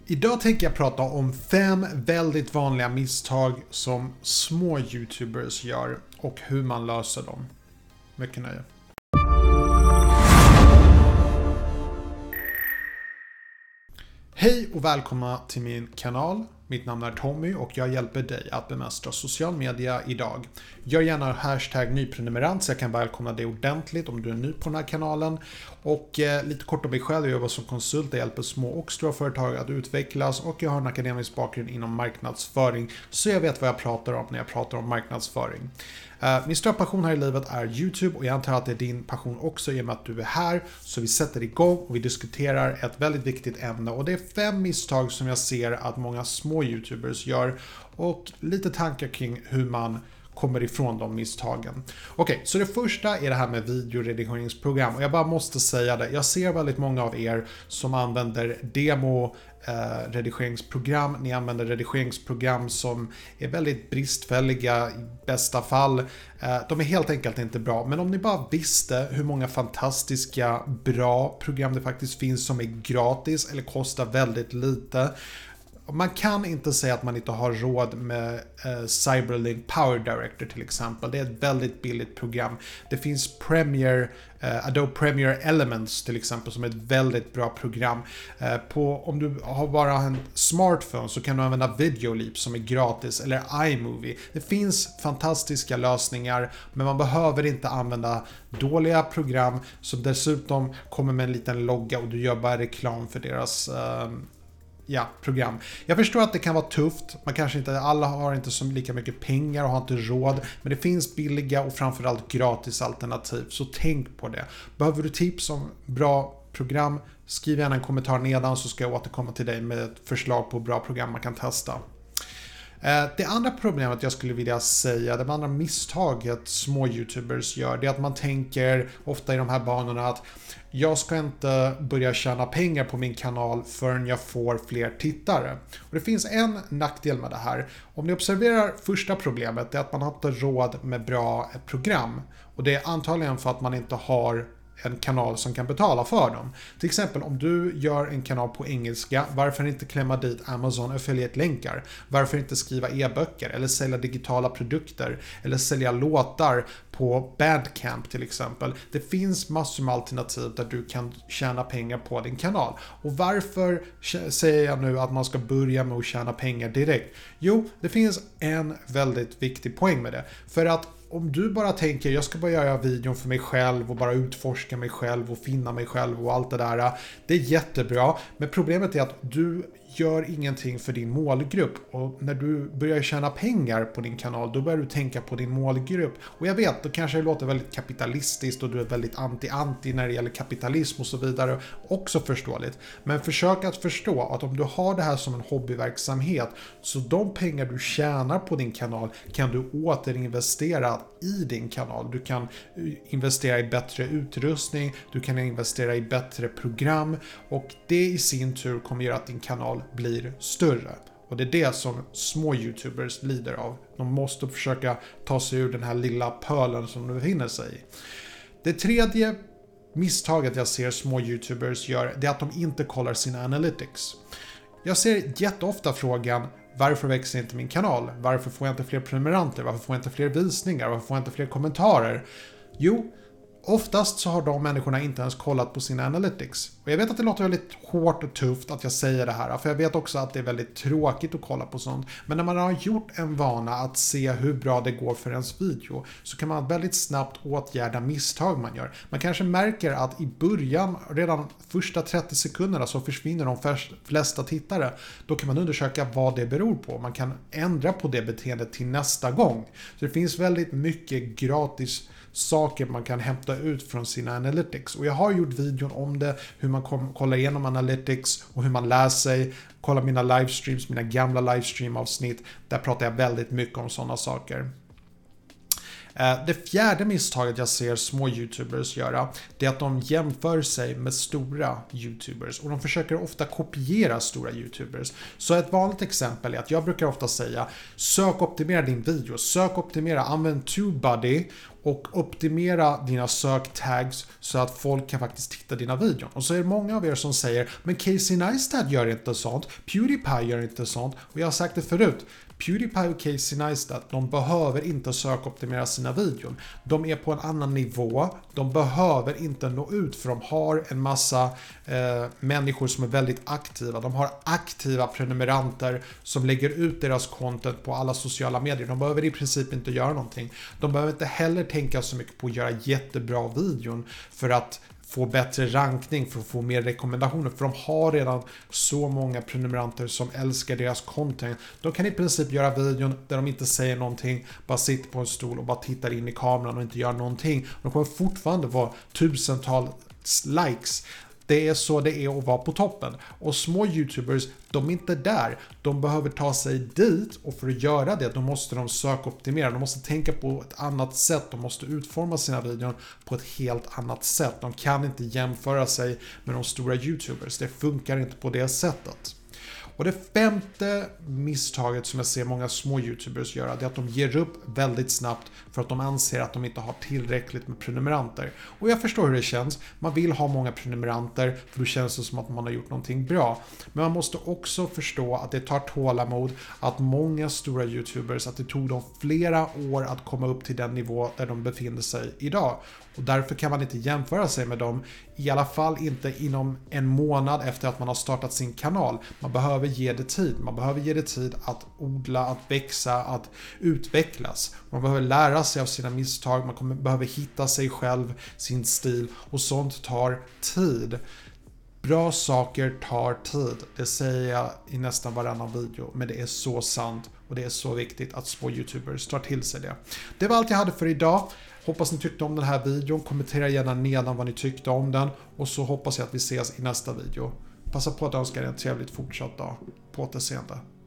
Idag tänker jag prata om 5 väldigt vanliga misstag som små YouTubers gör och hur man löser dem. Mycket nöje. Hej och välkomna till min kanal. Mitt namn är Tommy och jag hjälper dig att bemästra social media idag. Gör gärna hashtag nyprenumerant så jag kan välkomna dig ordentligt om du är ny på den här kanalen. Och lite kort om mig själv, jag jobbar som konsult, jag hjälper små och stora företag att utvecklas och jag har en akademisk bakgrund inom marknadsföring så jag vet vad jag pratar om när jag pratar om marknadsföring. Min stora passion här i livet är YouTube och jag antar att det är din passion också i och med att du är här. Så vi sätter igång och vi diskuterar ett väldigt viktigt ämne och det är 5 misstag som jag ser att många små YouTubers gör och lite tankar kring hur man kommer ifrån de misstagen. Okej, så det första är det här med videoredigeringsprogram och jag bara måste säga det. Jag ser väldigt många av er som använder redigeringsprogram. Ni använder redigeringsprogram som är väldigt bristfälliga i bästa fall. De är helt enkelt inte bra. Men om ni bara visste hur många fantastiska bra program det faktiskt finns som är gratis eller kostar väldigt lite. Man kan inte säga att man inte har råd med Cyberlink Power Director till exempel. Det är ett väldigt billigt program. Det finns Adobe Premiere Elements till exempel som är ett väldigt bra program. Om du har bara en smartphone så kan du använda Videoleap som är gratis eller iMovie. Det finns fantastiska lösningar men man behöver inte använda dåliga program som dessutom kommer med en liten logga och du gör bara reklam för deras program. Jag förstår att det kan vara tufft. Man kanske inte, alla har inte så lika mycket pengar och har inte råd. Men det finns billiga och framförallt gratis alternativ. Så tänk på det. Behöver du tips om bra program? Skriv gärna en kommentar nedan så ska jag återkomma till dig med ett förslag på bra program man kan testa. Det andra problemet jag skulle vilja säga, det andra misstaget små YouTubers gör, det är att man tänker ofta i de här banorna att jag ska inte börja tjäna pengar på min kanal förrän jag får fler tittare. Och det finns en nackdel med det här. Om ni observerar första problemet, det är att man har inte råd med bra program. Och det är antagligen för att man inte har en kanal som kan betala för dem. Till exempel om du gör en kanal på engelska, varför inte klämma dit Amazon affiliate-länkar? Varför inte skriva e-böcker eller sälja digitala produkter eller sälja låtar på Bandcamp till exempel? Det finns massor med alternativ där du kan tjäna pengar på din kanal. Och varför säger jag nu att man ska börja med att tjäna pengar direkt? Jo, det finns en väldigt viktig poäng med det. För att om du bara tänker jag ska bara göra videon för mig själv och bara utforska mig själv och finna mig själv och allt det där. Det är jättebra, men problemet är att du gör ingenting för din målgrupp och när du börjar tjäna pengar på din kanal då börjar du tänka på din målgrupp och jag vet, då kanske det låter väldigt kapitalistiskt och du är väldigt anti när det gäller kapitalism och så vidare, också förståeligt, men försök att förstå att om du har det här som en hobbyverksamhet så de pengar du tjänar på din kanal kan du återinvestera i din kanal. Du kan investera i bättre utrustning, du kan investera i bättre program och det i sin tur kommer göra att din kanal blir större. Och det är det som små YouTubers lider av. De måste försöka ta sig ur den här lilla pölen som de befinner sig i. Det tredje misstaget jag ser små YouTubers gör, det är att de inte kollar sina analytics. Jag ser jätteofta frågan: varför växer inte min kanal? Varför får jag inte fler prenumeranter? Varför får jag inte fler visningar? Varför får jag inte fler kommentarer? Jo, oftast så har de människorna inte ens kollat på sina analytics. Och jag vet att det låter väldigt hårt och tufft att jag säger det här. För jag vet också att det är väldigt tråkigt att kolla på sånt. Men när man har gjort en vana att se hur bra det går för ens video så kan man väldigt snabbt åtgärda misstag man gör. Man kanske märker att i början, redan första 30 sekunderna så försvinner de flesta tittare. Då kan man undersöka vad det beror på. Man kan ändra på det beteendet till nästa gång. Så det finns väldigt mycket gratis saker man kan hämta ut från sina analytics. Och jag har gjort videon om det, hur man kollar igenom analytics och hur man lär sig. Kolla mina livestreams, mina gamla livestream-avsnitt. Där pratar jag väldigt mycket om sådana saker. Det fjärde misstaget jag ser små YouTubers göra, det är att de jämför sig med stora YouTubers och de försöker ofta kopiera stora YouTubers. Så ett vanligt exempel är att jag brukar ofta säga: sökoptimera din video, sökoptimera, använd TubeBuddy och optimera dina söktags så att folk kan faktiskt titta dina videor. Och så är det många av er som säger, men Casey Neistat gör inte sånt, Pewdiepie gör inte sånt, och jag har sagt det förut. Pewdiepie och Casey Neistat, de behöver inte sökoptimera sina videor. De är på en annan nivå. De behöver inte nå ut för de har en massa människor som är väldigt aktiva. De har aktiva prenumeranter som lägger ut deras content på alla sociala medier. De behöver i princip inte göra någonting. De behöver inte heller tänka så mycket på att göra jättebra videon för att få bättre rankning, för att få mer rekommendationer, för de har redan så många prenumeranter som älskar deras content. De kan i princip göra videon där de inte säger någonting, bara sitter på en stol och bara tittar in i kameran och inte gör någonting. De kommer fortfarande vara tusentals likes. Det är så det är att vara på toppen. Och små YouTubers, de är inte där. De behöver ta sig dit, och för att göra det, då måste de sökoptimera. De måste tänka på ett annat sätt. De måste utforma sina videor på ett helt annat sätt. De kan inte jämföra sig med de stora YouTubers. Det funkar inte på det sättet. Och det femte misstaget som jag ser många små YouTubers göra, det är att de ger upp väldigt snabbt för att de anser att de inte har tillräckligt med prenumeranter. Och jag förstår hur det känns. Man vill ha många prenumeranter för då känns det som att man har gjort någonting bra. Men man måste också förstå att det tar tålamod, att många stora YouTubers, att det tog dem flera år att komma upp till den nivå där de befinner sig idag. Och därför kan man inte jämföra sig med dem, i alla fall inte inom en månad efter att man har startat sin kanal. Man behöver ge det tid. Man behöver ge det tid att odla, att växa, att utvecklas. Man behöver lära sig av sina misstag. Man behöver hitta sig själv, sin stil, och sånt tar tid. Bra saker tar tid. Det säger jag i nästan varannan video, men det är så sant och det är så viktigt att små YouTubers tar till sig det. Det var allt jag hade för idag. Hoppas ni tyckte om den här videon. Kommentera gärna nedan vad ni tyckte om den, och så hoppas jag att vi ses i nästa video. Passa på att önska er en trevligt fortsatt dag. På återseende.